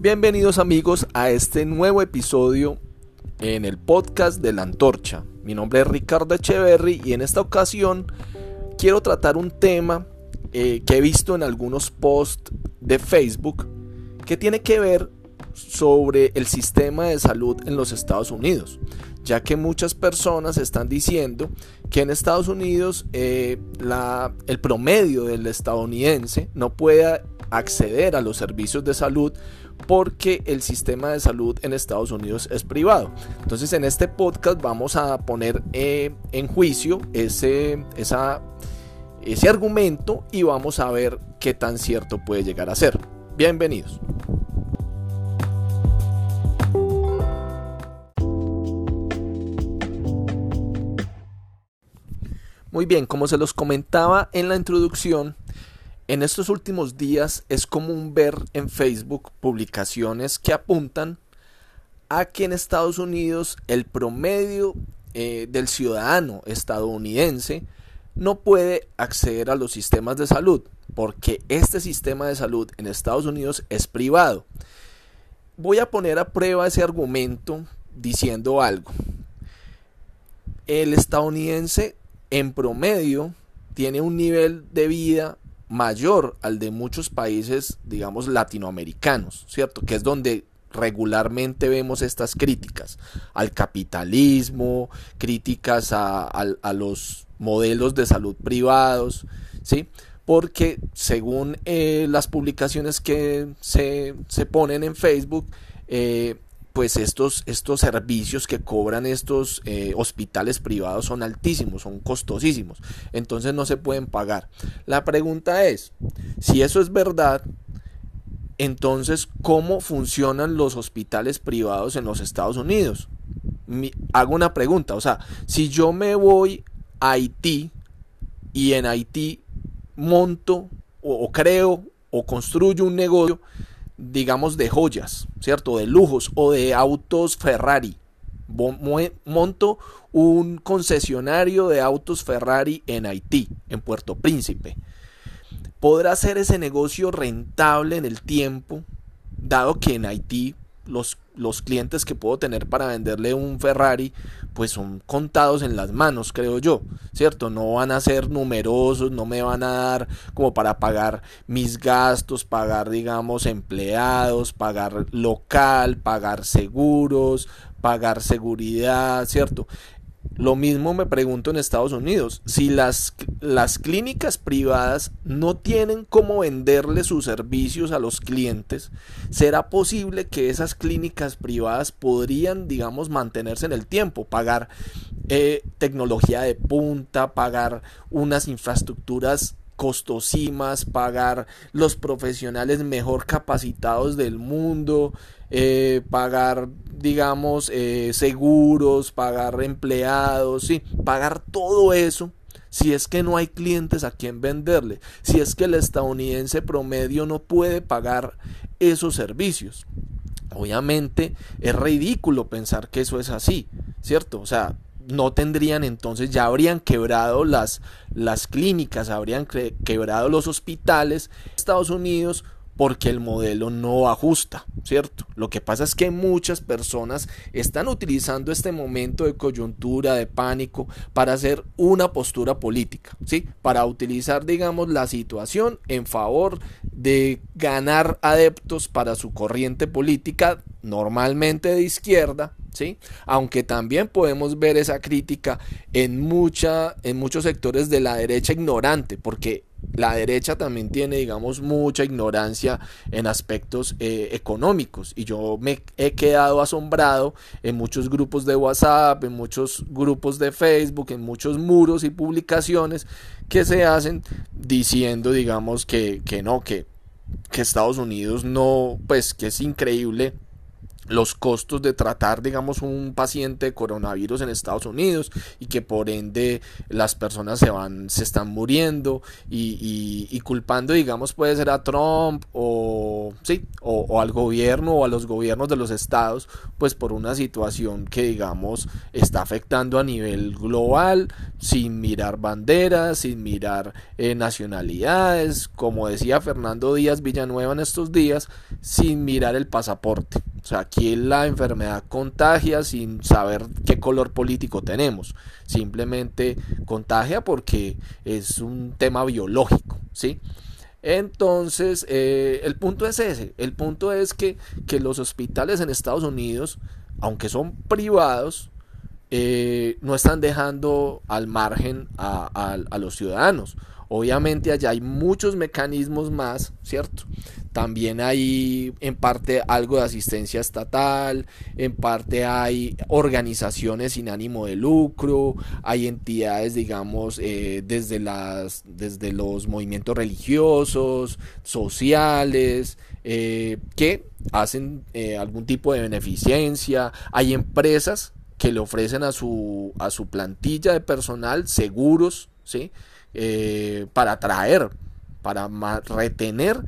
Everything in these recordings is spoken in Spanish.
Bienvenidos amigos a este nuevo episodio en el podcast de La Antorcha. Mi nombre es Ricardo Echeverry y en esta ocasión quiero tratar un tema que he visto en algunos posts de Facebook que tiene que ver sobre el sistema de salud en los Estados Unidos, ya que muchas personas están diciendo que en Estados Unidos el promedio del estadounidense no puede acceder a los servicios de salud porque el sistema de salud en Estados Unidos es privado. Entonces en este podcast vamos a poner en juicio ese argumento y vamos a ver qué tan cierto puede llegar a ser. Bienvenidos. Muy bien, como se los comentaba en la introducción, en estos últimos días es común ver en Facebook publicaciones que apuntan a que en Estados Unidos el promedio del ciudadano estadounidense no puede acceder a los sistemas de salud porque este sistema de salud en Estados Unidos es privado. Voy a poner a prueba ese argumento diciendo algo. El estadounidense en promedio tiene un nivel de vida mayor al de muchos países, digamos, latinoamericanos, ¿cierto? Que es donde regularmente vemos estas críticas al capitalismo, críticas a los modelos de salud privados, ¿sí? Porque según las publicaciones que se ponen en Facebook, pues estos servicios que cobran estos hospitales privados son altísimos, son costosísimos, entonces no se pueden pagar. La pregunta es, si eso es verdad, entonces ¿cómo funcionan los hospitales privados en los Estados Unidos? Hago una pregunta, o sea, si yo me voy a Haití y en Haití monto o creo o construyo un negocio, digamos, de joyas, ¿cierto? De lujos o de autos Ferrari. Monto un concesionario de autos Ferrari en Haití, en Puerto Príncipe. ¿Podrá ser ese negocio rentable en el tiempo, dado que en Haití los clientes que puedo tener para venderle un Ferrari pues son contados en las manos, creo yo, ¿cierto? No van a ser numerosos, no me van a dar como para pagar mis gastos, pagar, digamos, empleados, pagar local, pagar seguros, pagar seguridad, ¿cierto? Lo mismo me pregunto en Estados Unidos, si las clínicas privadas no tienen cómo venderle sus servicios a los clientes, ¿será posible que esas clínicas privadas podrían, digamos, mantenerse en el tiempo, pagar tecnología de punta, pagar unas infraestructuras costosísimas, pagar los profesionales mejor capacitados del mundo, pagar, digamos, seguros, pagar empleados, sí, pagar todo eso, si es que no hay clientes a quien venderle, si es que el estadounidense promedio no puede pagar esos servicios? Obviamente es ridículo pensar que eso es así, ¿cierto? O sea, no tendrían, entonces ya habrían quebrado las clínicas, habrían quebrado los hospitales en Estados Unidos porque el modelo no ajusta, ¿cierto? Lo que pasa es que muchas personas están utilizando este momento de coyuntura, de pánico, para hacer una postura política, ¿sí? Para utilizar, digamos, la situación en favor de ganar adeptos para su corriente política, normalmente de izquierda, ¿sí? Aunque también podemos ver esa crítica en muchos sectores de la derecha ignorante, porque la derecha también tiene, digamos, mucha ignorancia en aspectos económicos, y yo me he quedado asombrado en muchos grupos de WhatsApp, en muchos grupos de Facebook, en muchos muros y publicaciones que se hacen diciendo, digamos, que Estados Unidos no, pues que es increíble los costos de tratar, digamos, un paciente de coronavirus en Estados Unidos, y que por ende las personas se están muriendo, y culpando, digamos, puede ser a Trump o sí, o al gobierno o a los gobiernos de los estados, pues por una situación que, digamos, está afectando a nivel global, sin mirar banderas, sin mirar nacionalidades, como decía Fernando Díaz Villanueva en estos días, sin mirar el pasaporte. O sea, aquí la enfermedad contagia sin saber qué color político tenemos. Simplemente contagia porque es un tema biológico, ¿sí? Entonces, el punto es ese. El punto es que los hospitales en Estados Unidos, aunque son privados, no están dejando al margen a los ciudadanos. Obviamente allá hay muchos mecanismos más, ¿cierto? También hay en parte algo de asistencia estatal, en parte hay organizaciones sin ánimo de lucro, hay entidades, digamos, desde los movimientos religiosos, sociales, que hacen algún tipo de beneficencia, hay empresas que le ofrecen a su plantilla de personal seguros, ¿sí? Para atraer, para retener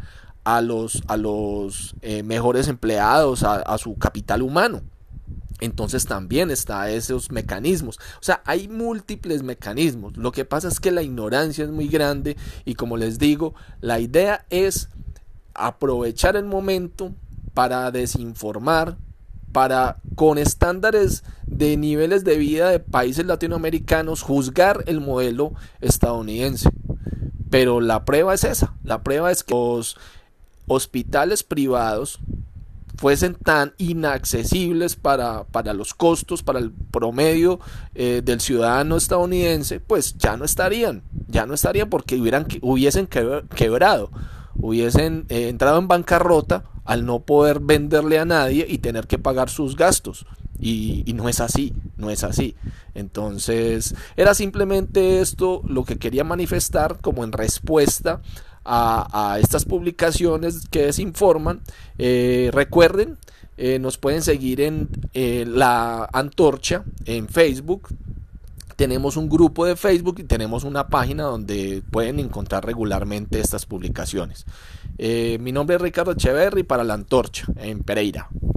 a los mejores empleados, a su capital humano. Entonces también está esos mecanismos. O sea, hay múltiples mecanismos. Lo que pasa es que la ignorancia es muy grande, y como les digo, la idea es aprovechar el momento para desinformar, para, con estándares de niveles de vida de países latinoamericanos, juzgar el modelo estadounidense. Pero la prueba es esa. La prueba es que los hospitales privados fuesen tan inaccesibles para los costos, para el promedio del ciudadano estadounidense, pues ya no estarían porque hubiesen quebrado, hubiesen entrado en bancarrota al no poder venderle a nadie y tener que pagar sus gastos. Y no es así, no es así. Entonces era simplemente esto lo que quería manifestar como en respuesta a estas publicaciones que desinforman. Recuerden, nos pueden seguir en La Antorcha en Facebook. Tenemos un grupo de Facebook y tenemos una página donde pueden encontrar regularmente estas publicaciones. Mi nombre es Ricardo Echeverry para La Antorcha en Pereira.